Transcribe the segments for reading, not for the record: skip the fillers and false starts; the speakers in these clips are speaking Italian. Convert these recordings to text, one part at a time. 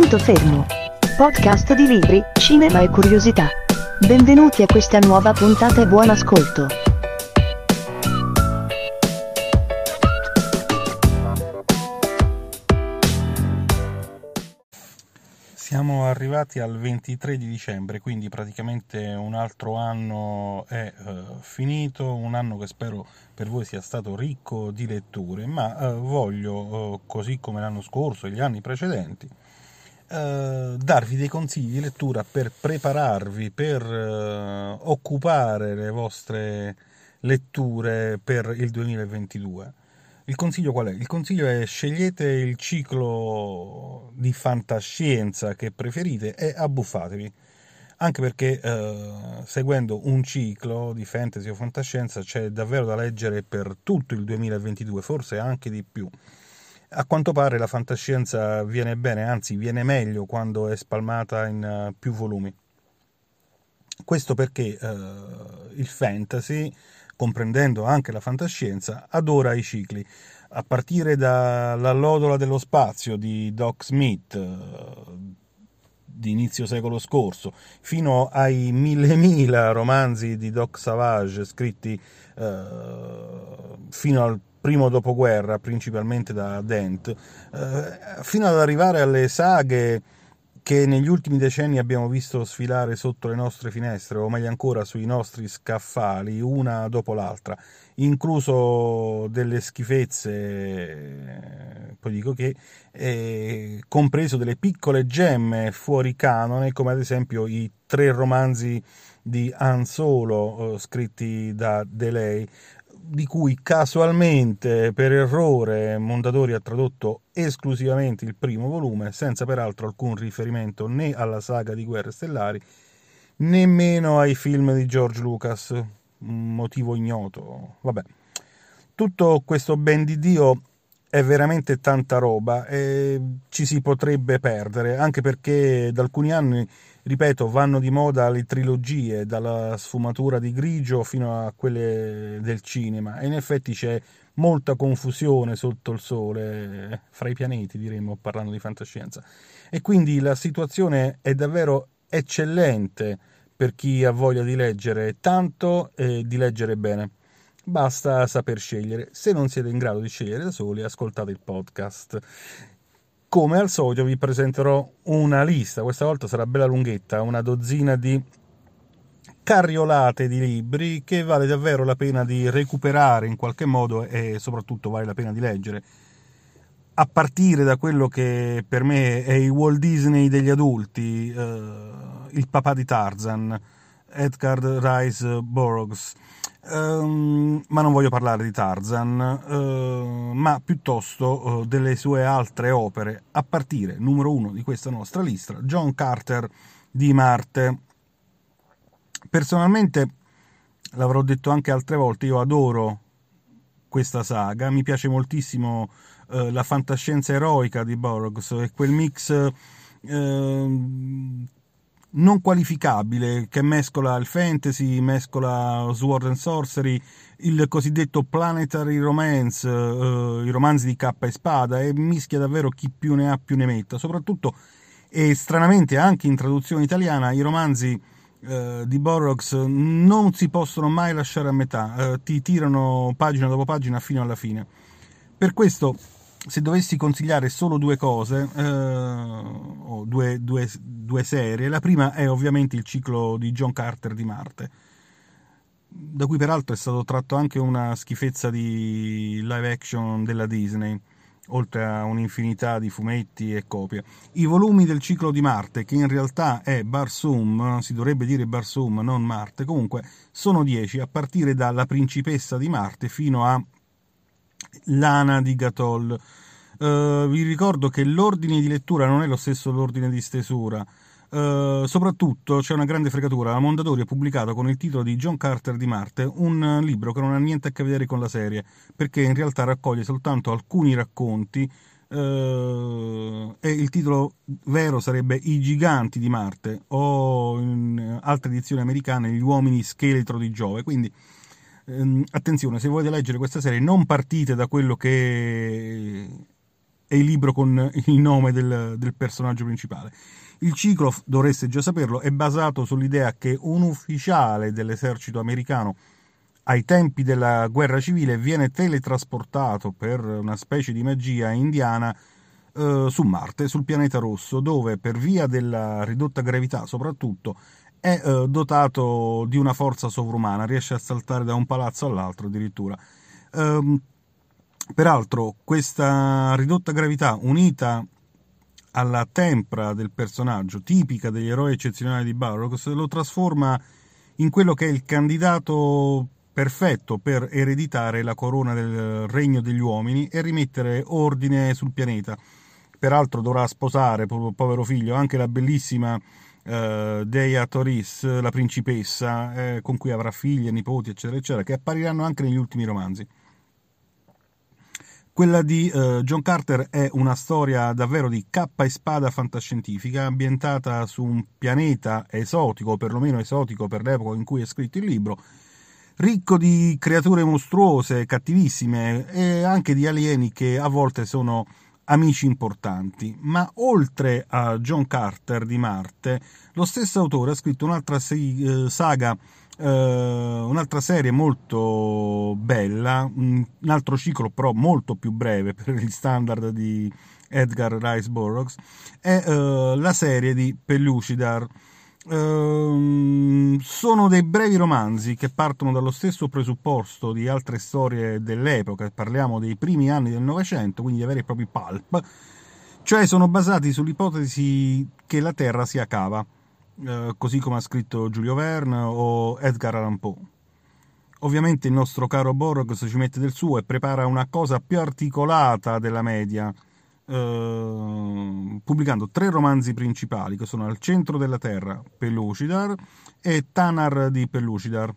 Punto fermo. Podcast di libri, cinema e curiosità. Benvenuti a questa nuova puntata e buon ascolto. Siamo arrivati al 23 di dicembre, quindi praticamente un altro anno è finito, un anno che spero per voi sia stato ricco di letture, ma voglio, così come l'anno scorso e gli anni precedenti, darvi dei consigli di lettura per prepararvi, per occupare le vostre letture per il 2022. Il consiglio qual è? Il consiglio è: scegliete il ciclo di fantascienza che preferite e abbuffatevi, anche perché seguendo un ciclo di fantasy o fantascienza c'è davvero da leggere per tutto il 2022, forse anche di più. A quanto pare la fantascienza viene bene, anzi viene meglio quando è spalmata in più volumi. Questo perché il fantasy, comprendendo anche la fantascienza, adora i cicli, a partire dall'Allodola dello spazio di Doc Smith di inizio secolo scorso, fino ai mille romanzi di Doc Savage scritti fino al primo dopoguerra, principalmente da Dent, fino ad arrivare alle saghe che negli ultimi decenni abbiamo visto sfilare sotto le nostre finestre, o meglio ancora sui nostri scaffali, una dopo l'altra, incluso delle schifezze, poi dico che, compreso delle piccole gemme fuori canone, come ad esempio i 3 romanzi di Han Solo scritti da Delay, di cui casualmente per errore Mondadori ha tradotto esclusivamente il primo volume, senza peraltro alcun riferimento né alla saga di Guerre Stellari, nemmeno ai film di George Lucas, un motivo ignoto. Vabbè, tutto questo ben di Dio è veramente tanta roba e ci si potrebbe perdere, anche perché da alcuni anni, ripeto, vanno di moda le trilogie, dalla sfumatura di grigio fino a quelle del cinema, e in effetti c'è molta confusione sotto il sole, fra i pianeti diremmo, parlando di fantascienza, e quindi la situazione è davvero eccellente per chi ha voglia di leggere tanto e di leggere bene. Basta saper scegliere. Se non siete in grado di scegliere da soli, ascoltate il podcast. Come al solito vi presenterò una lista, questa volta sarà bella lunghetta, una dozzina di carriolate di libri che vale davvero la pena di recuperare in qualche modo e soprattutto vale la pena di leggere. A partire da quello che per me è il Walt Disney degli adulti, il papà di Tarzan, Edgar Rice Burroughs. Ma non voglio parlare di Tarzan, ma piuttosto delle sue altre opere, a partire, numero 1 di questa nostra lista, John Carter di Marte. Personalmente, l'avrò detto anche altre volte, io adoro questa saga, mi piace moltissimo la fantascienza eroica di Burroughs, e quel mix non qualificabile che mescola il fantasy, mescola Sword and Sorcery, il cosiddetto planetary romance, i romanzi di cappa e spada, e mischia davvero chi più ne ha più ne metta. Soprattutto, e stranamente anche in traduzione italiana, i romanzi di Burroughs non si possono mai lasciare a metà, ti tirano pagina dopo pagina fino alla fine. Per questo, se dovessi consigliare solo 2 cose, o due serie, la prima è ovviamente il ciclo di John Carter di Marte, da cui peraltro è stato tratto anche una schifezza di live action della Disney, oltre a un'infinità di fumetti e copie. I volumi del ciclo di Marte, che in realtà è Barsoom, si dovrebbe dire Barsoom, non Marte, comunque sono 10, a partire dalla principessa di Marte fino a Lana di Gatol. Vi ricordo che l'ordine di lettura non è lo stesso l'ordine di stesura. Soprattutto c'è una grande fregatura: la Mondadori ha pubblicato con il titolo di John Carter di Marte un libro che non ha niente a che vedere con la serie, perché in realtà raccoglie soltanto alcuni racconti, e il titolo vero sarebbe I giganti di Marte, o in altre edizioni americane Gli uomini scheletro di Giove. Quindi attenzione, se volete leggere questa serie non partite da quello che è il libro con il nome del personaggio principale. Il ciclo, dovreste già saperlo, è basato sull'idea che un ufficiale dell'esercito americano ai tempi della guerra civile viene teletrasportato per una specie di magia indiana su Marte, sul pianeta rosso, dove per via della ridotta gravità soprattutto è dotato di una forza sovrumana, riesce a saltare da un palazzo all'altro addirittura. Peraltro questa ridotta gravità unita alla tempra del personaggio, tipica degli eroi eccezionali di Burroughs, lo trasforma in quello che è il candidato perfetto per ereditare la corona del regno degli uomini e rimettere ordine sul pianeta. Peraltro dovrà sposare, povero figlio, anche la bellissima Dea Thoris, la principessa, con cui avrà figli e nipoti, eccetera, eccetera, che appariranno anche negli ultimi romanzi. Quella di John Carter è una storia davvero di cappa e spada fantascientifica, ambientata su un pianeta esotico, o perlomeno esotico per l'epoca in cui è scritto il libro, ricco di creature mostruose, cattivissime, e anche di alieni che a volte sono amici importanti. Ma oltre a John Carter di Marte, lo stesso autore ha scritto un'altra saga, un'altra serie molto bella, un altro ciclo però molto più breve per gli standard di Edgar Rice Burroughs, è la serie di Pellucidar. Sono dei brevi romanzi che partono dallo stesso presupposto di altre storie dell'epoca, parliamo dei primi anni del Novecento, quindi dei veri e propri pulp, cioè sono basati sull'ipotesi che la Terra sia cava, così come ha scritto Giulio Verne o Edgar Allan Poe. Ovviamente il nostro caro Burroughs ci mette del suo e prepara una cosa più articolata della media, pubblicando 3 romanzi principali che sono Al centro della Terra, Pellucidar, e Tanar di Pellucidar.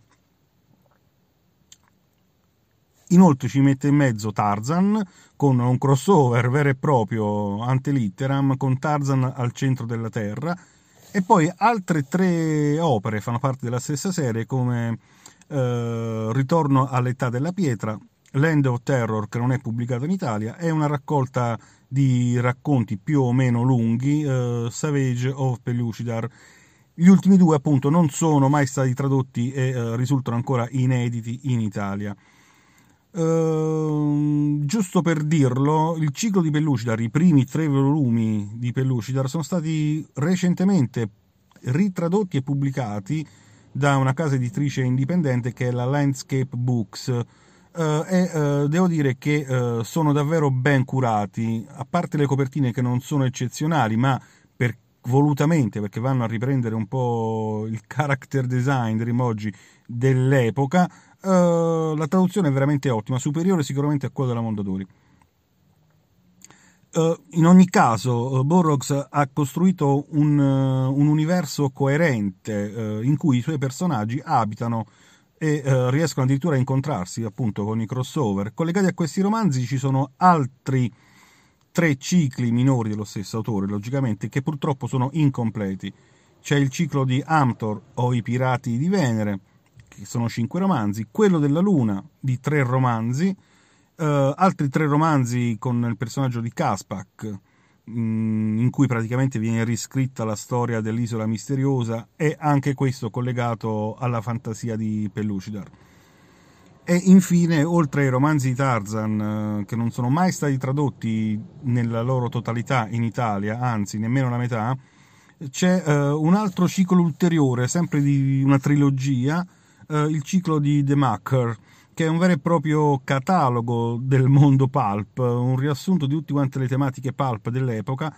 Inoltre ci mette in mezzo Tarzan, con un crossover vero e proprio ante litteram con Tarzan al centro della Terra, e poi altre 3 opere fanno parte della stessa serie, come Ritorno all'età della pietra, Land of Terror, che non è pubblicato in Italia, è una raccolta di racconti più o meno lunghi, Savage of Pellucidar. Gli ultimi 2 appunto non sono mai stati tradotti e risultano ancora inediti in Italia. Giusto per dirlo, il ciclo di Pellucidar, i primi 3 volumi di Pellucidar sono stati recentemente ritradotti e pubblicati da una casa editrice indipendente che è la Landscape Books, devo dire che sono davvero ben curati, a parte le copertine che non sono eccezionali, ma volutamente, perché vanno a riprendere un po' il character design dei emoji dell'epoca. La traduzione è veramente ottima, superiore sicuramente a quella della Mondadori. In ogni caso, Burroughs ha costruito un universo coerente in cui i suoi personaggi abitano e riescono addirittura a incontrarsi appunto con i crossover. Collegati a questi romanzi ci sono altri 3 cicli minori dello stesso autore, logicamente, che purtroppo sono incompleti. C'è il ciclo di Amtor o I pirati di Venere, che sono 5 romanzi, quello della Luna di 3 romanzi, altri 3 romanzi con il personaggio di Kaspak, in cui praticamente viene riscritta la storia dell'isola misteriosa, e anche questo collegato alla fantasia di Pellucidar. E infine, oltre ai romanzi di Tarzan, che non sono mai stati tradotti nella loro totalità in Italia, anzi nemmeno la metà, c'è un altro ciclo ulteriore, sempre di una trilogia, il ciclo di The Macker, che è un vero e proprio catalogo del mondo pulp, un riassunto di tutte quante le tematiche pulp dell'epoca,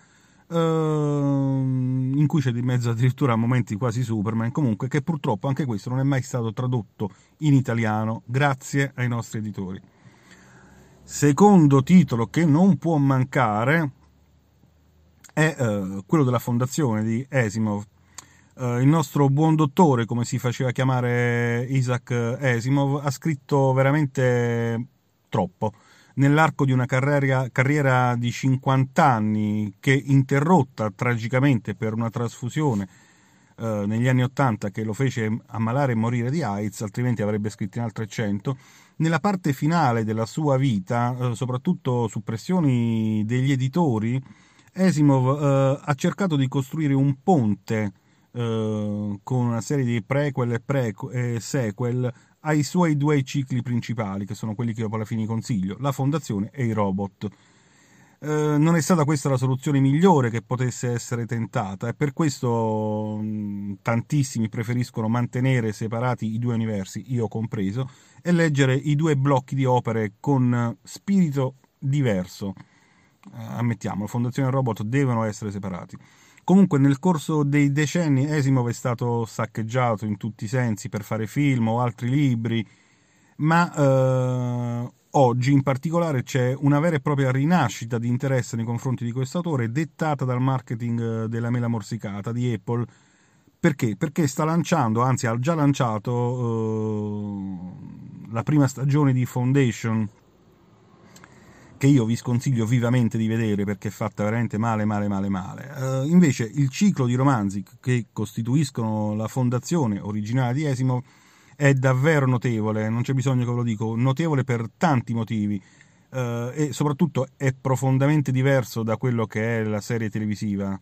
in cui c'è di mezzo addirittura momenti quasi Superman, comunque, che purtroppo anche questo non è mai stato tradotto in italiano, grazie ai nostri editori. Secondo titolo che non può mancare è quello della Fondazione di Asimov. Il nostro buon dottore, come si faceva chiamare Isaac Asimov, ha scritto veramente troppo. Nell'arco di una carriera di 50 anni, che interrotta tragicamente per una trasfusione negli anni '80 che lo fece ammalare e morire di AIDS, altrimenti avrebbe scritto in altre 100. Nella parte finale della sua vita, soprattutto su pressioni degli editori, Asimov ha cercato di costruire un ponte con una serie di prequel e sequel ai suoi due cicli principali, che sono quelli che io poi alla fine consiglio, la Fondazione e i robot. Non è stata questa la soluzione migliore che potesse essere tentata, e per questo tantissimi preferiscono mantenere separati i due universi, io compreso, e leggere i due blocchi di opere con spirito diverso. Ammettiamo, Fondazione e Robot devono essere separati. Comunque nel corso dei decenni Asimov è stato saccheggiato in tutti i sensi per fare film o altri libri, ma oggi in particolare c'è una vera e propria rinascita di interesse nei confronti di questo autore, dettata dal marketing della mela morsicata di Apple. Perché? Perché sta lanciando, anzi ha già lanciato la prima stagione di Foundation, che io vi sconsiglio vivamente di vedere perché è fatta veramente male. Invece il ciclo di romanzi che costituiscono la fondazione originale di Asimov è davvero notevole, non c'è bisogno che ve lo dico, notevole per tanti motivi, e soprattutto è profondamente diverso da quello che è la serie televisiva.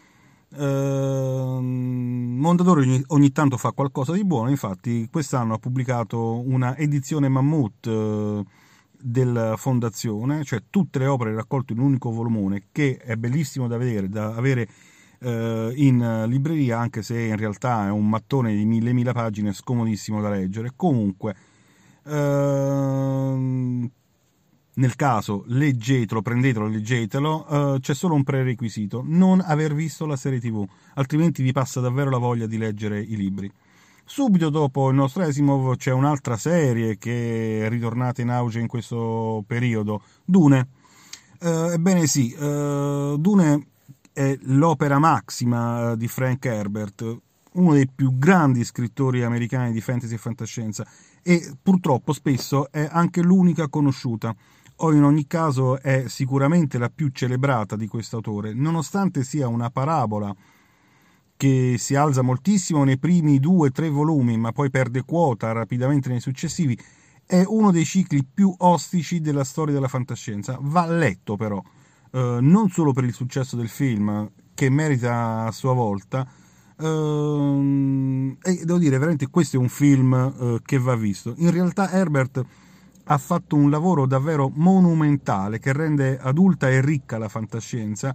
Mondadori ogni tanto fa qualcosa di buono, infatti quest'anno ha pubblicato una edizione mammut della Fondazione, cioè tutte le opere raccolte in un unico volumone, che è bellissimo da vedere, da avere in libreria, anche se in realtà è un mattone di mille pagine scomodissimo da leggere. Comunque nel caso leggetelo, prendetelo, leggetelo, c'è solo un prerequisito: non aver visto la serie TV, altrimenti vi passa davvero la voglia di leggere i libri. Subito dopo il nostro Asimov c'è un'altra serie che è ritornata in auge in questo periodo, Dune. Ebbene sì, Dune è l'opera maxima di Frank Herbert, uno dei più grandi scrittori americani di fantasy e fantascienza, e purtroppo spesso è anche l'unica conosciuta, o in ogni caso è sicuramente la più celebrata di quest'autore, nonostante sia una parabola che si alza moltissimo nei primi 2-3 volumi, ma poi perde quota rapidamente nei successivi. È uno dei cicli più ostici della storia della fantascienza. Va letto però, non solo per il successo del film, che merita a sua volta, e devo dire, veramente questo è un film che va visto. In realtà Herbert ha fatto un lavoro davvero monumentale che rende adulta e ricca la fantascienza,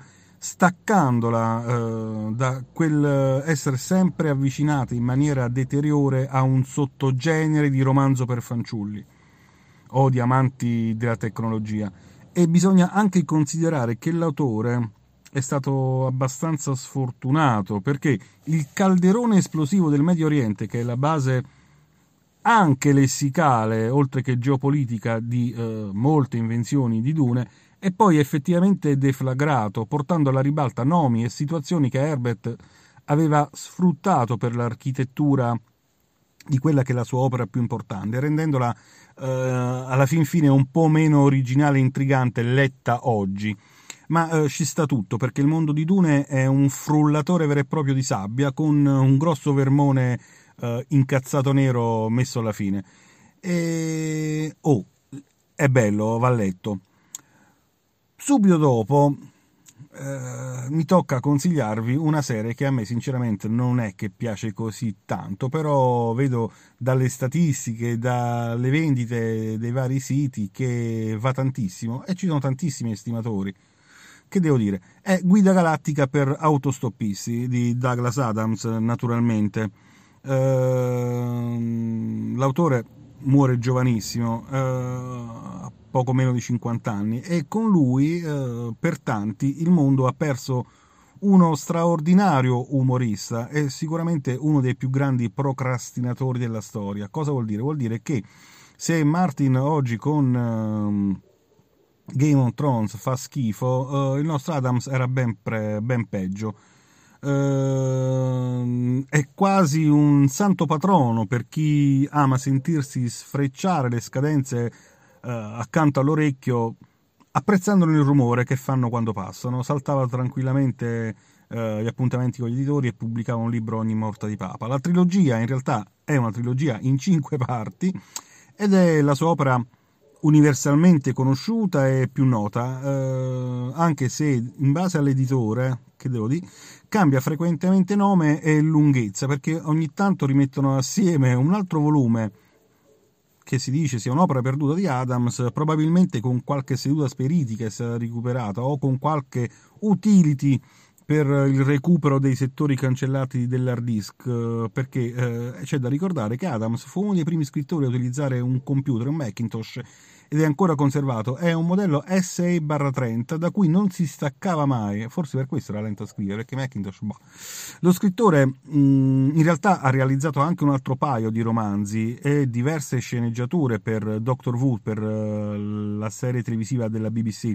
staccandola da quel essere sempre avvicinata in maniera deteriore a un sottogenere di romanzo per fanciulli o di amanti della tecnologia. E bisogna anche considerare che l'autore è stato abbastanza sfortunato, perché il calderone esplosivo del Medio Oriente, che è la base anche lessicale, oltre che geopolitica, di molte invenzioni di Dune, è poi effettivamente deflagrato, portando alla ribalta nomi e situazioni che Herbert aveva sfruttato per l'architettura di quella che è la sua opera più importante, rendendola alla fin fine un po' meno originale e intrigante letta oggi. Ma ci sta tutto, perché il mondo di Dune è un frullatore vero e proprio di sabbia, con un grosso vermone incazzato nero messo alla fine. E è bello, va letto. Subito dopo mi tocca consigliarvi una serie che a me sinceramente non è che piace così tanto, però vedo dalle statistiche, dalle vendite dei vari siti che va tantissimo, e ci sono tantissimi estimatori. Che devo dire? È Guida Galattica per autostoppisti di Douglas Adams, naturalmente. L'autore muore giovanissimo, a poco meno di 50 anni, e con lui, per tanti, il mondo ha perso uno straordinario umorista e sicuramente uno dei più grandi procrastinatori della storia. Cosa vuol dire? Vuol dire che se Martin oggi con Game of Thrones fa schifo, il nostro Adams era ben peggio. È quasi un santo patrono per chi ama sentirsi sfrecciare le scadenze accanto all'orecchio, apprezzandone il rumore che fanno quando passano. Saltava tranquillamente gli appuntamenti con gli editori e pubblicava un libro ogni morta di papa. La trilogia in realtà è una trilogia in 5 parti ed è la sua opera universalmente conosciuta e più nota, anche se in base all'editore, che devo dire, cambia frequentemente nome e lunghezza, perché ogni tanto rimettono assieme un altro volume che si dice sia un'opera perduta di Adams, probabilmente con qualche seduta speritica recuperata o con qualche utility per il recupero dei settori cancellati dell'hard disk, perché c'è da ricordare che Adams fu uno dei primi scrittori a utilizzare un computer, un Macintosh, ed è ancora conservato. È un modello SA/30 da cui non si staccava mai, forse per questo era lento a scrivere, perché Macintosh, boh. Lo scrittore in realtà ha realizzato anche un altro paio di romanzi e diverse sceneggiature per Doctor Who, per la serie televisiva della BBC,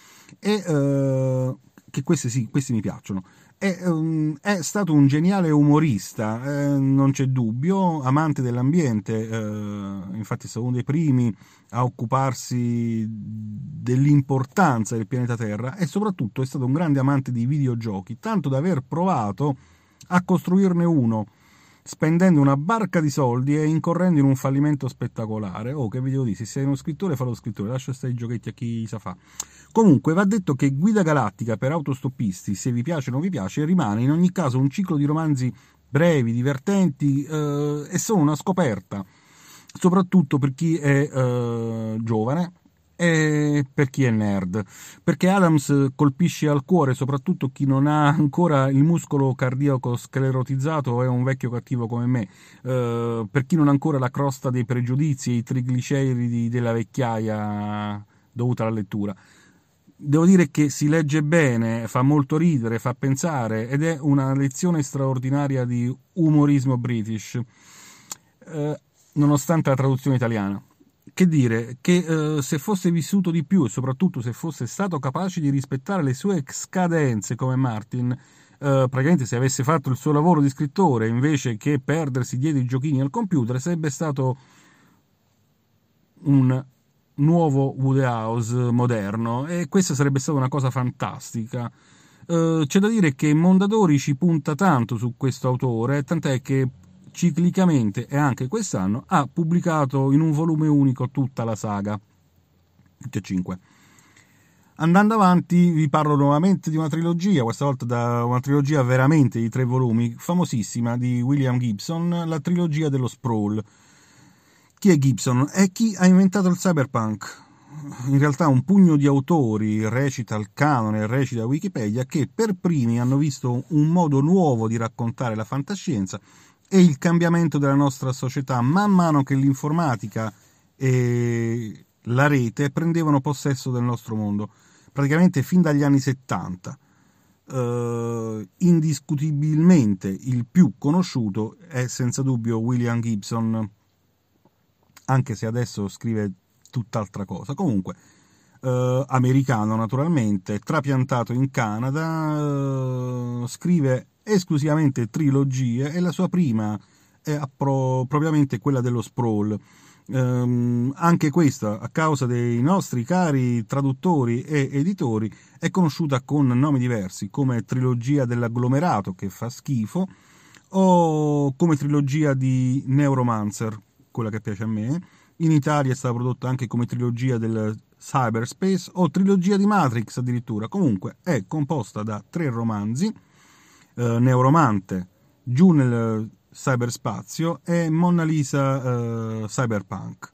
e che questi mi piacciono. È stato un geniale umorista, non c'è dubbio, amante dell'ambiente, infatti è stato uno dei primi a occuparsi dell'importanza del pianeta Terra, e soprattutto è stato un grande amante di videogiochi, tanto da aver provato a costruirne uno spendendo una barca di soldi e incorrendo in un fallimento spettacolare. Che vi devo dire, se sei uno scrittore, fa lo scrittore, lascia stare i giochetti a chi sa fa. Comunque va detto che Guida Galattica per autostoppisti, se vi piace o non vi piace, rimane in ogni caso un ciclo di romanzi brevi, divertenti, e sono una scoperta, soprattutto per chi è giovane e per chi è nerd, perché Adams colpisce al cuore soprattutto chi non ha ancora il muscolo cardiaco sclerotizzato o è un vecchio cattivo come me, per chi non ha ancora la crosta dei pregiudizi e i trigliceridi della vecchiaia dovuta alla lettura. Devo dire che si legge bene, fa molto ridere, fa pensare ed è una lezione straordinaria di umorismo british, nonostante la traduzione italiana. Che dire, che se fosse vissuto di più e soprattutto se fosse stato capace di rispettare le sue scadenze come Martin, praticamente se avesse fatto il suo lavoro di scrittore invece che perdersi dietro i giochini al computer, sarebbe stato un nuovo Wodehouse moderno, e questa sarebbe stata una cosa fantastica. C'è da dire che Mondadori ci punta tanto su questo autore, tant'è che ciclicamente e anche quest'anno ha pubblicato in un volume unico tutta la saga, tutte e 5. Andando avanti vi parlo nuovamente di una trilogia, questa volta da una trilogia veramente di 3 volumi, famosissima, di William Gibson, la trilogia dello sprawl. Chi è Gibson? È chi ha inventato il cyberpunk. In realtà un pugno di autori, recita il canone, recita Wikipedia, che per primi hanno visto un modo nuovo di raccontare la fantascienza e il cambiamento della nostra società man mano che l'informatica e la rete prendevano possesso del nostro mondo, praticamente fin dagli anni 70. Indiscutibilmente il più conosciuto è senza dubbio William Gibson, anche se adesso scrive tutt'altra cosa. Comunque, americano naturalmente, trapiantato in Canada, scrive esclusivamente trilogie e la sua prima è propriamente quella dello sprawl. Anche questa, a causa dei nostri cari traduttori e editori, è conosciuta con nomi diversi, come trilogia dell'agglomerato, che fa schifo, o come trilogia di Neuromancer, quella che piace a me. In Italia è stata prodotta anche come trilogia del cyberspace o trilogia di Matrix addirittura. Comunque è composta da 3 romanzi, Neuromante, Giù nel cyberspazio e Mona Lisa Cyberpunk.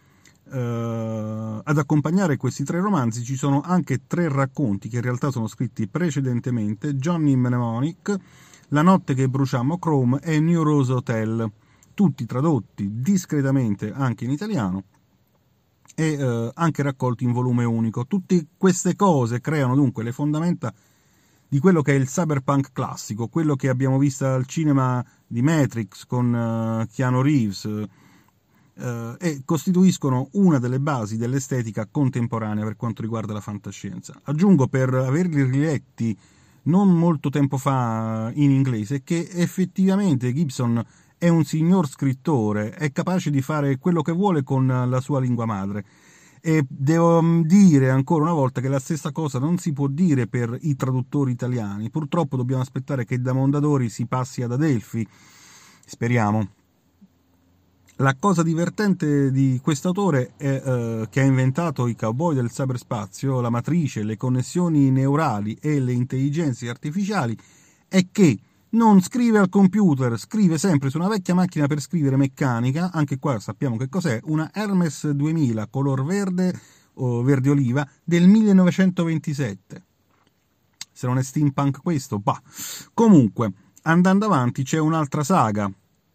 Ad accompagnare questi 3 romanzi ci sono anche 3 racconti che in realtà sono scritti precedentemente: Johnny Mnemonic, La notte che bruciammo Chrome e New Rose Hotel, tutti tradotti discretamente anche in italiano e anche raccolti in volume unico. Tutte queste cose creano dunque le fondamenta di quello che è il cyberpunk classico, quello che abbiamo visto al cinema di Matrix con Keanu Reeves, e costituiscono una delle basi dell'estetica contemporanea per quanto riguarda la fantascienza. Aggiungo, per averli riletti non molto tempo fa in inglese, che effettivamente Gibson è un signor scrittore, è capace di fare quello che vuole con la sua lingua madre, E devo dire ancora una volta che la stessa cosa non si può dire per i traduttori italiani. Purtroppo dobbiamo aspettare che da Mondadori si passi ad Adelphi, speriamo. La cosa divertente di quest'autore è che ha inventato i cowboy del cyberspazio, la matrice, le connessioni neurali e le intelligenze artificiali, è che non scrive al computer, scrive sempre su una vecchia macchina per scrivere meccanica. Anche qua sappiamo che cos'è, una Hermes 2000 color verde o verde oliva del 1927. Se non è steampunk questo, bah. Comunque, andando avanti, c'è un'altra saga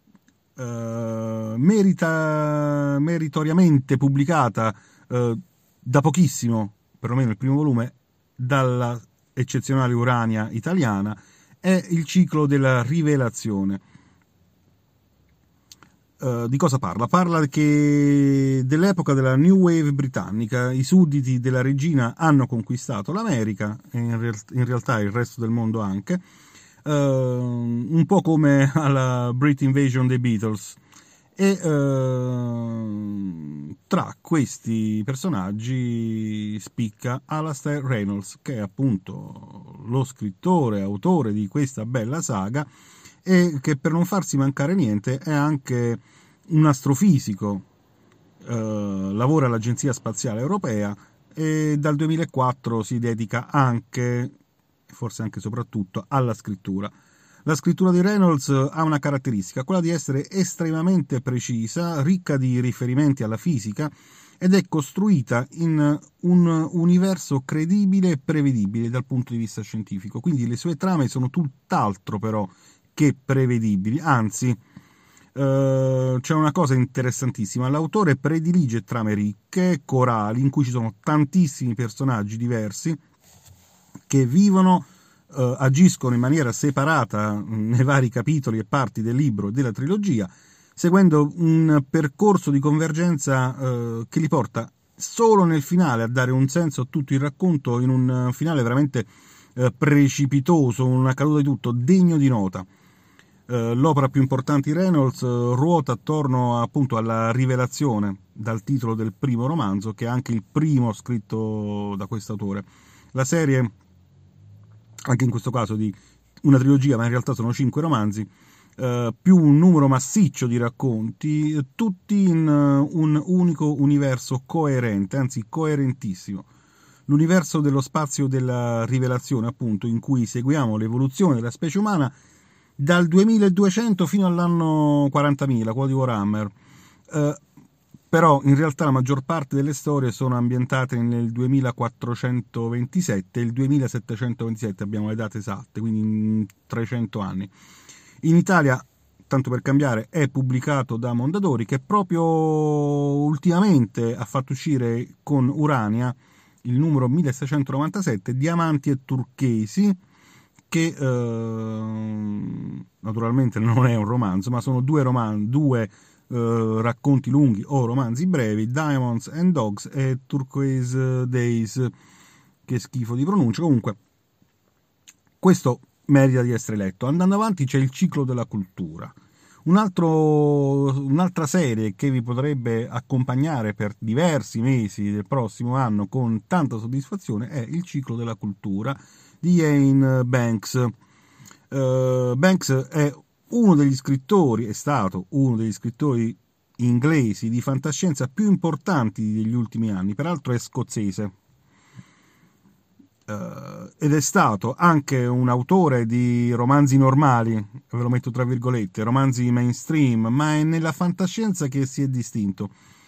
meritoriamente pubblicata da pochissimo, perlomeno il primo volume, dalla eccezionale Urania italiana, è il ciclo della rivelazione. Di cosa parla? Parla che dell'epoca della New Wave britannica i sudditi della regina hanno conquistato l'America e in realtà il resto del mondo anche, un po' come alla Brit Invasion dei Beatles, e tra questi personaggi spicca Alastair Reynolds, che è appunto lo scrittore, autore di questa bella saga, e che per non farsi mancare niente è anche un astrofisico, lavora all'Agenzia Spaziale Europea e dal 2004 si dedica anche, forse anche soprattutto, alla scrittura. La scrittura di Reynolds ha una caratteristica, quella di essere estremamente precisa, ricca di riferimenti alla fisica, ed è costruita in un universo credibile e prevedibile dal punto di vista scientifico. Quindi le sue trame sono tutt'altro però che prevedibili, anzi c'è una cosa interessantissima: l'autore predilige trame ricche, corali, in cui ci sono tantissimi personaggi diversi che vivono, agiscono in maniera separata nei vari capitoli e parti del libro e della trilogia, seguendo un percorso di convergenza che li porta solo nel finale a dare un senso a tutto il racconto, in un finale veramente precipitoso, una caduta di tutto, degno di nota. L'opera più importante di Reynolds ruota attorno appunto alla rivelazione, dal titolo del primo romanzo, che è anche il primo scritto da quest'autore. La serie, anche in questo caso di una trilogia, ma in realtà sono 5 romanzi, più un numero massiccio di racconti, tutti in un unico universo coerente, anzi coerentissimo. L'universo dello spazio della rivelazione, appunto, in cui seguiamo l'evoluzione della specie umana dal 2200 fino all'anno 40.000, quello di Warhammer. Però in realtà la maggior parte delle storie sono ambientate nel 2427 e il 2727, abbiamo le date esatte, quindi in 300 anni. In Italia, tanto per cambiare, è pubblicato da Mondadori, che proprio ultimamente ha fatto uscire con Urania il numero 1697, Diamanti e Turchesi, che naturalmente non è un romanzo, ma sono due racconti lunghi o romanzi brevi, Diamonds and Dogs e Turquoise Days, che schifo di pronuncia. Comunque questo merita di essere letto. Andando avanti c'è il ciclo della cultura, un'altra serie che vi potrebbe accompagnare per diversi mesi del prossimo anno con tanta soddisfazione, è il ciclo della cultura di Iain Banks. Banks è stato uno degli scrittori inglesi di fantascienza più importanti degli ultimi anni, peraltro è scozzese, ed è stato anche un autore di romanzi normali, ve lo metto tra virgolette, romanzi mainstream, ma è nella fantascienza che si è distinto,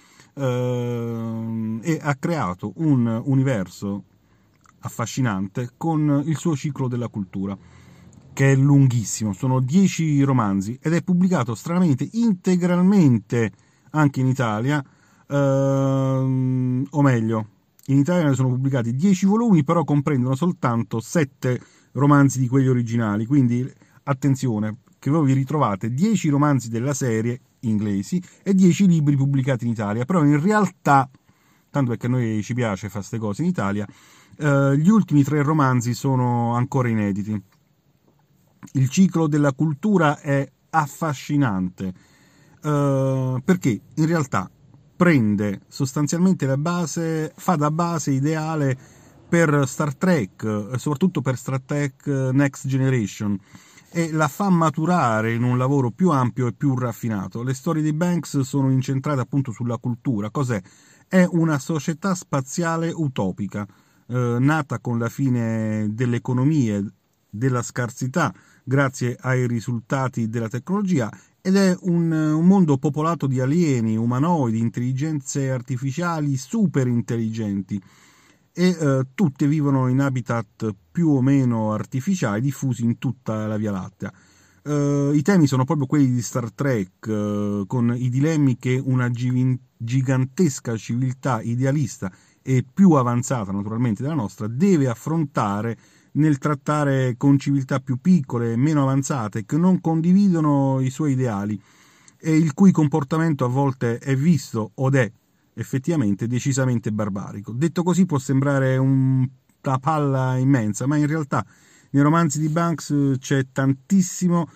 e ha creato un universo affascinante con il suo ciclo della cultura, che è lunghissimo, sono 10 romanzi ed è pubblicato stranamente integralmente anche in Italia, o meglio, in Italia ne sono pubblicati 10 volumi, però comprendono soltanto 7 romanzi di quelli originali, quindi attenzione che voi vi ritrovate 10 romanzi della serie inglesi e 10 libri pubblicati in Italia, però in realtà, tanto perché a noi ci piace fare queste cose in Italia, gli ultimi 3 romanzi sono ancora inediti. Il ciclo della cultura è affascinante, perché in realtà prende sostanzialmente la base, fa da base ideale per Star Trek, soprattutto per Star Trek Next Generation, e la fa maturare in un lavoro più ampio e più raffinato. Le storie di Banks sono incentrate appunto sulla cultura. Cos'è? È una società spaziale utopica, nata con la fine delle economie, della scarsità, grazie ai risultati della tecnologia, ed è un mondo popolato di alieni, umanoidi, intelligenze artificiali super intelligenti, e tutte vivono in habitat più o meno artificiali diffusi in tutta la Via Lattea. I temi sono proprio quelli di Star Trek, con i dilemmi che una gigantesca civiltà idealista e più avanzata naturalmente della nostra deve affrontare nel trattare con civiltà più piccole, meno avanzate, che non condividono i suoi ideali e il cui comportamento a volte è visto od è effettivamente decisamente barbarico. Detto così può sembrare una palla immensa, ma in realtà nei romanzi di Banks c'è tantissimo,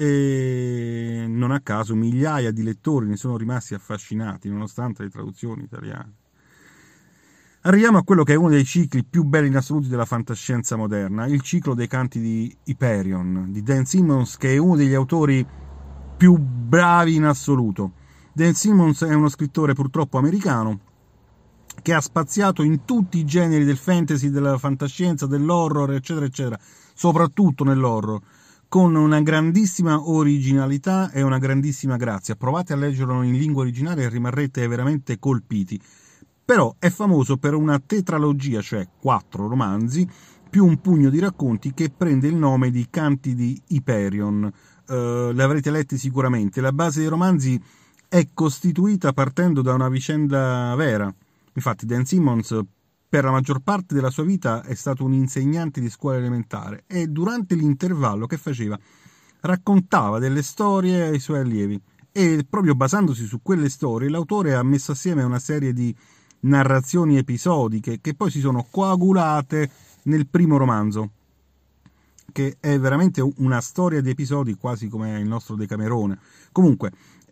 e non a caso migliaia di lettori ne sono rimasti affascinati nonostante le traduzioni italiane. Arriviamo a quello che è uno dei cicli più belli in assoluto della fantascienza moderna, il ciclo dei canti di Hyperion, di Dan Simmons, che è uno degli autori più bravi in assoluto. Dan Simmons è uno scrittore purtroppo americano che ha spaziato in tutti i generi del fantasy, della fantascienza, dell'horror, eccetera, eccetera, soprattutto nell'horror, con una grandissima originalità e una grandissima grazia. Provate a leggerlo in lingua originale e rimarrete veramente colpiti. Però è famoso per una tetralogia, cioè 4 romanzi, più un pugno di racconti che prende il nome di Canti di Hyperion. Li avrete letti sicuramente. La base dei romanzi è costituita partendo da una vicenda vera. Infatti Dan Simmons per la maggior parte della sua vita è stato un insegnante di scuola elementare e durante l'intervallo che faceva raccontava delle storie ai suoi allievi e proprio basandosi su quelle storie l'autore ha messo assieme una serie di narrazioni episodiche che poi si sono coagulate nel primo romanzo, che è veramente una storia di episodi quasi come il nostro Decamerone. Comunque,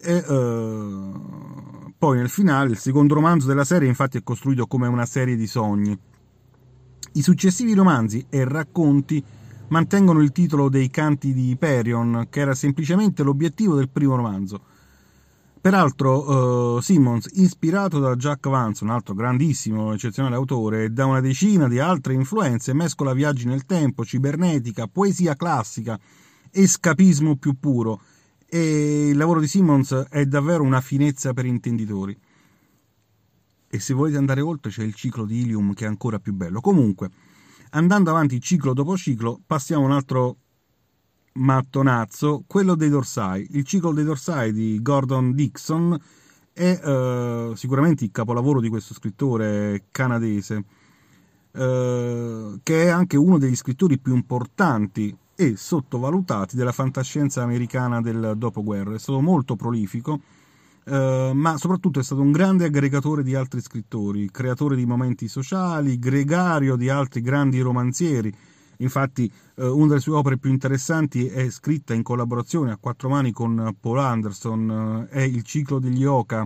poi nel finale, il secondo romanzo della serie infatti è costruito come una serie di sogni. I successivi romanzi e racconti mantengono il titolo dei Canti di Hyperion, che era semplicemente l'obiettivo del primo romanzo. Peraltro Simmons, ispirato da Jack Vance, un altro grandissimo, eccezionale autore, e da una decina di altre influenze, mescola viaggi nel tempo, cibernetica, poesia classica, escapismo più puro, e il lavoro di Simmons è davvero una finezza per intenditori. E se volete andare oltre c'è il ciclo di Ilium che è ancora più bello. Comunque, andando avanti ciclo dopo ciclo, passiamo a un altro mattonazzo, quello dei Dorsai. Il ciclo dei Dorsai di Gordon Dixon è sicuramente il capolavoro di questo scrittore canadese, che è anche uno degli scrittori più importanti e sottovalutati della fantascienza americana del dopoguerra. È stato molto prolifico, ma soprattutto è stato un grande aggregatore di altri scrittori, creatore di momenti sociali, gregario di altri grandi romanzieri. Infatti una delle sue opere più interessanti è scritta in collaborazione a 4 mani con Paul Anderson, è il ciclo degli Oka.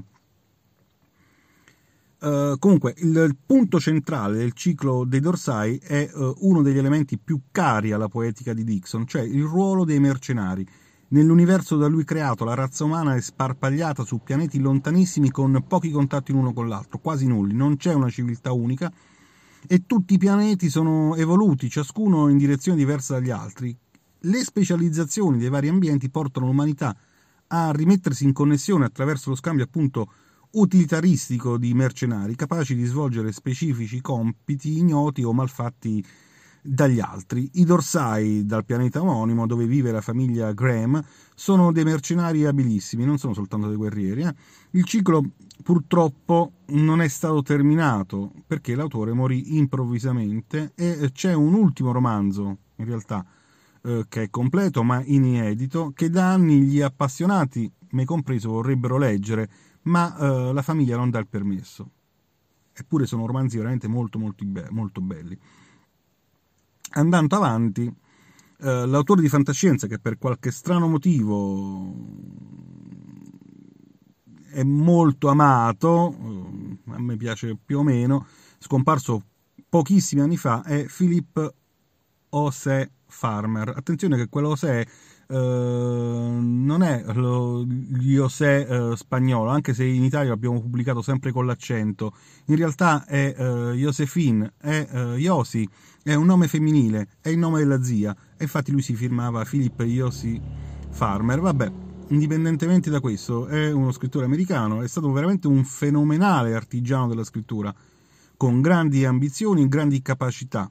Comunque il punto centrale del ciclo dei Dorsai è uno degli elementi più cari alla poetica di Dixon, cioè il ruolo dei mercenari. Nell'universo da lui creato la razza umana è sparpagliata su pianeti lontanissimi con pochi contatti l'uno con l'altro, quasi nulli, non c'è una civiltà unica e tutti i pianeti sono evoluti, ciascuno in direzione diversa dagli altri. Le specializzazioni dei vari ambienti portano l'umanità a rimettersi in connessione attraverso lo scambio appunto utilitaristico di mercenari, capaci di svolgere specifici compiti ignoti o malfatti dagli altri. I Dorsai, dal pianeta omonimo dove vive la famiglia Graham, sono dei mercenari abilissimi, non sono soltanto dei guerrieri. Il ciclo purtroppo non è stato terminato perché l'autore morì improvvisamente e c'è un ultimo romanzo, in realtà, che è completo ma inedito, che da anni gli appassionati, me compreso, vorrebbero leggere, ma la famiglia non dà il permesso. Eppure sono romanzi veramente molto belli. Andando avanti, l'autore di fantascienza, che per qualche strano motivo è molto amato, a me piace più o meno, scomparso pochissimi anni fa, è Philip José Farmer. Attenzione che quello José non è gli José spagnolo, anche se in Italia l'abbiamo pubblicato sempre con l'accento. In realtà è Josephine, è Josi, è un nome femminile, è il nome della zia, e infatti lui si firmava Philip Josi Farmer. Vabbè, indipendentemente da questo, è uno scrittore americano, è stato veramente un fenomenale artigiano della scrittura, con grandi ambizioni e grandi capacità.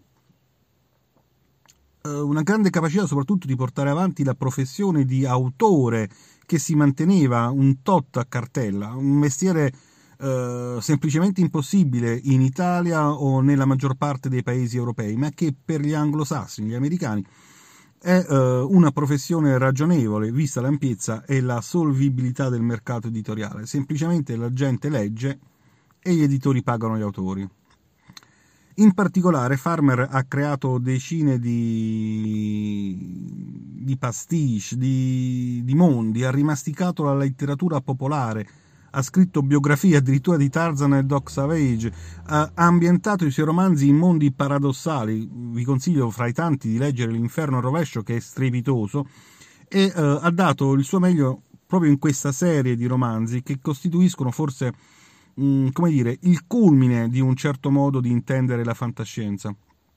Una grande capacità soprattutto di portare avanti la professione di autore, che si manteneva un tot a cartella, un mestiere semplicemente impossibile in Italia o nella maggior parte dei paesi europei, ma che per gli anglosassoni, gli americani, è una professione ragionevole, vista l'ampiezza e la solvibilità del mercato editoriale. Semplicemente la gente legge e gli editori pagano gli autori. In particolare Farmer ha creato decine di pastiche, di mondi, ha rimasticato la letteratura popolare, ha scritto biografie addirittura di Tarzan e Doc Savage, ha ambientato i suoi romanzi in mondi paradossali. Vi consiglio fra i tanti di leggere L'Inferno al rovescio, che è strepitoso, e ha dato il suo meglio proprio in questa serie di romanzi che costituiscono forse, come dire, il culmine di un certo modo di intendere la fantascienza,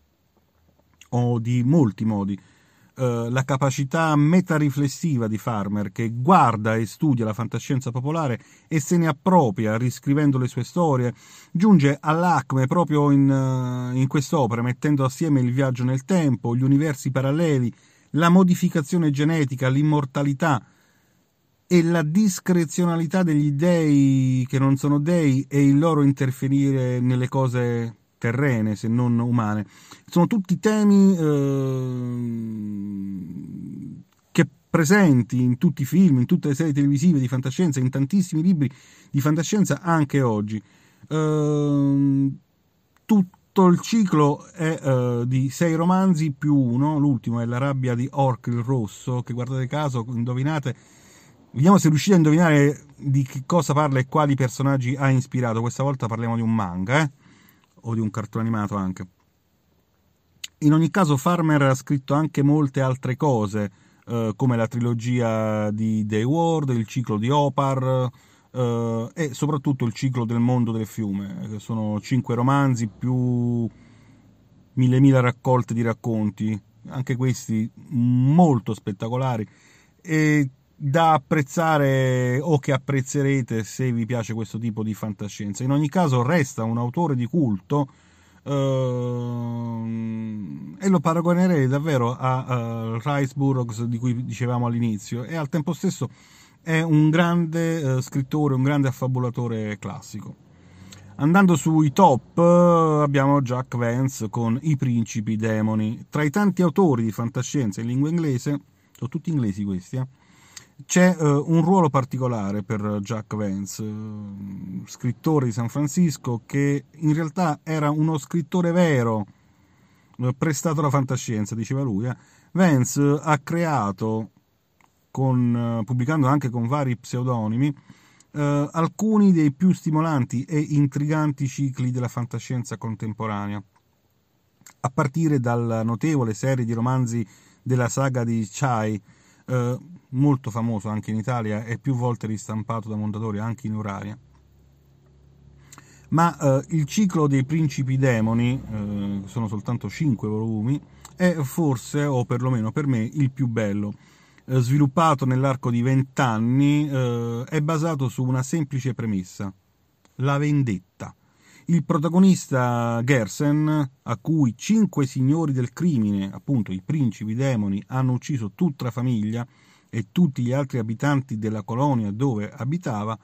o di molti modi. La capacità metariflessiva di Farmer, che guarda e studia la fantascienza popolare e se ne appropria riscrivendo le sue storie, giunge all'acme proprio in quest'opera, mettendo assieme il viaggio nel tempo, gli universi paralleli, la modificazione genetica, l'immortalità e la discrezionalità degli dei che non sono dei e il loro interferire nelle cose terrene, se non umane. Sono tutti temi che presenti in tutti i film, in tutte le serie televisive di fantascienza, in tantissimi libri di fantascienza anche oggi. Tutto il ciclo è di 6 romanzi più uno, l'ultimo è La rabbia di Orc il Rosso, che guardate caso, indovinate, vediamo se riuscite a indovinare di che cosa parla e quali personaggi ha ispirato. Questa volta parliamo di un manga, o di un cartone animato anche. In ogni caso Farmer ha scritto anche molte altre cose, come la trilogia di Day World, il ciclo di Opar, e soprattutto il ciclo del mondo del fiume, che sono 5 romanzi più 1000 raccolte di racconti, anche questi molto spettacolari e da apprezzare, o che apprezzerete se vi piace questo tipo di fantascienza. In ogni caso resta un autore di culto, e lo paragonerei davvero a Rice Burroughs, di cui dicevamo all'inizio, e al tempo stesso è un grande scrittore, un grande affabulatore classico. Andando sui top abbiamo Jack Vance con I principi demoni. Tra i tanti autori di fantascienza in lingua inglese, sono tutti inglesi questi, c'è un ruolo particolare per Jack Vance, scrittore di San Francisco, che in realtà era uno scrittore vero, prestato alla fantascienza, diceva lui. Vance ha creato, pubblicando anche con vari pseudonimi, alcuni dei più stimolanti e intriganti cicli della fantascienza contemporanea, a partire dalla notevole serie di romanzi della saga di Chai, molto famoso anche in Italia e più volte ristampato da Mondadori anche in Euralia. Ma il ciclo dei principi demoni, sono soltanto 5 volumi, è forse, o perlomeno per me, il più bello. Sviluppato nell'arco di 20 anni, è basato su una semplice premessa: la vendetta. Il protagonista Gersen, a cui 5 signori del crimine, appunto i principi demoni, hanno ucciso tutta la famiglia e tutti gli altri abitanti della colonia dove abitava.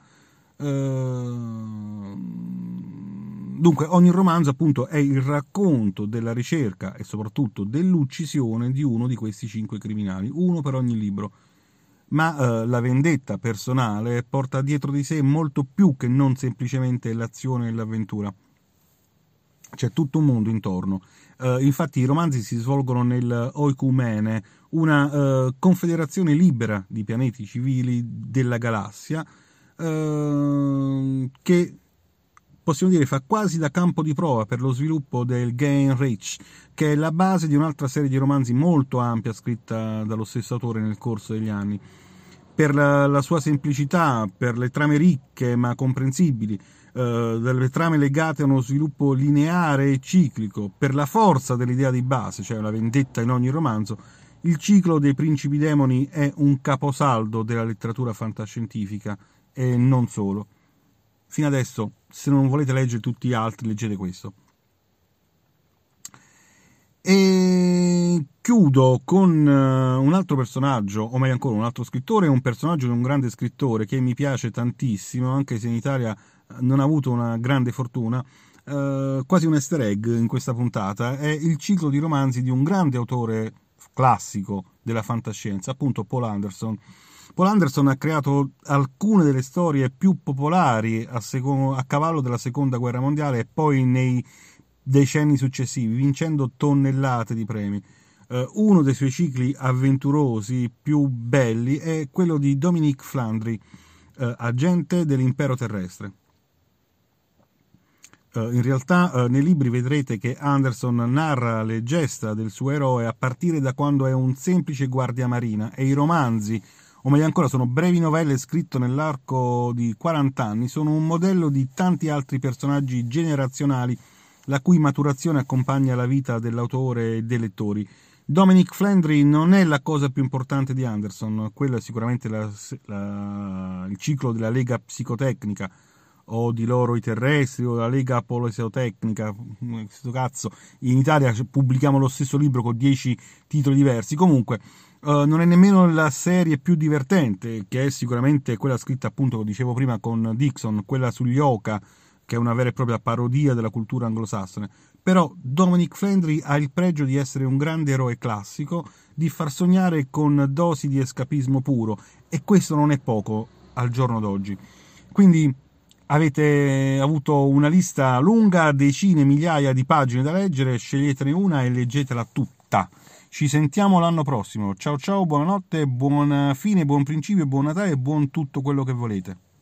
Dunque ogni romanzo appunto è il racconto della ricerca e soprattutto dell'uccisione di uno di questi 5 criminali, uno per ogni libro. Ma la vendetta personale porta dietro di sé molto più che non semplicemente l'azione e l'avventura. C'è tutto un mondo intorno. Infatti i romanzi si svolgono nel Oikumene, una confederazione libera di pianeti civili della galassia, che possiamo dire fa quasi da campo di prova per lo sviluppo del Game Reach, che è la base di un'altra serie di romanzi molto ampia scritta dallo stesso autore nel corso degli anni. Per la sua semplicità, per le trame ricche ma comprensibili, delle trame legate a uno sviluppo lineare e ciclico, per la forza dell'idea di base, cioè la vendetta in ogni romanzo, il ciclo dei principi demoni è un caposaldo della letteratura fantascientifica e non solo. Fino adesso, se non volete leggere tutti gli altri, leggete questo. E chiudo con un altro personaggio, o meglio ancora un altro scrittore, un personaggio di un grande scrittore che mi piace tantissimo, anche se in Italia non ha avuto una grande fortuna, quasi un easter egg in questa puntata. È il ciclo di romanzi di un grande autore classico della fantascienza, appunto Poul Anderson. Poul Anderson ha creato alcune delle storie più popolari a cavallo della Seconda Guerra Mondiale e poi nei decenni successivi, vincendo tonnellate di premi. Uno dei suoi cicli avventurosi più belli è quello di Dominique Flandry, agente dell'impero terrestre. In realtà nei libri vedrete che Anderson narra le gesta del suo eroe a partire da quando è un semplice guardiamarina, e i romanzi, o meglio ancora sono brevi novelle scritte nell'arco di 40 anni, sono un modello di tanti altri personaggi generazionali la cui maturazione accompagna la vita dell'autore e dei lettori. Dominique Flandry non è la cosa più importante di Anderson, quello è sicuramente il ciclo della Lega Psicotecnica, o di loro i terrestri, o la Lega Polesotecnica, questo cazzo. In Italia pubblichiamo lo stesso libro con 10 titoli diversi. Comunque non è nemmeno la serie più divertente, che è sicuramente quella scritta, appunto, come dicevo prima, con Dixon, quella sugli Oka, che è una vera e propria parodia della cultura anglosassone. Però Dominique Flandry ha il pregio di essere un grande eroe classico, di far sognare con dosi di escapismo puro, e questo non è poco al giorno d'oggi. Quindi avete avuto una lista lunga, decine, migliaia di pagine da leggere, sceglietene una e leggetela tutta. Ci sentiamo l'anno prossimo. Ciao ciao, buonanotte, buona fine, buon principio, buon Natale e buon tutto quello che volete.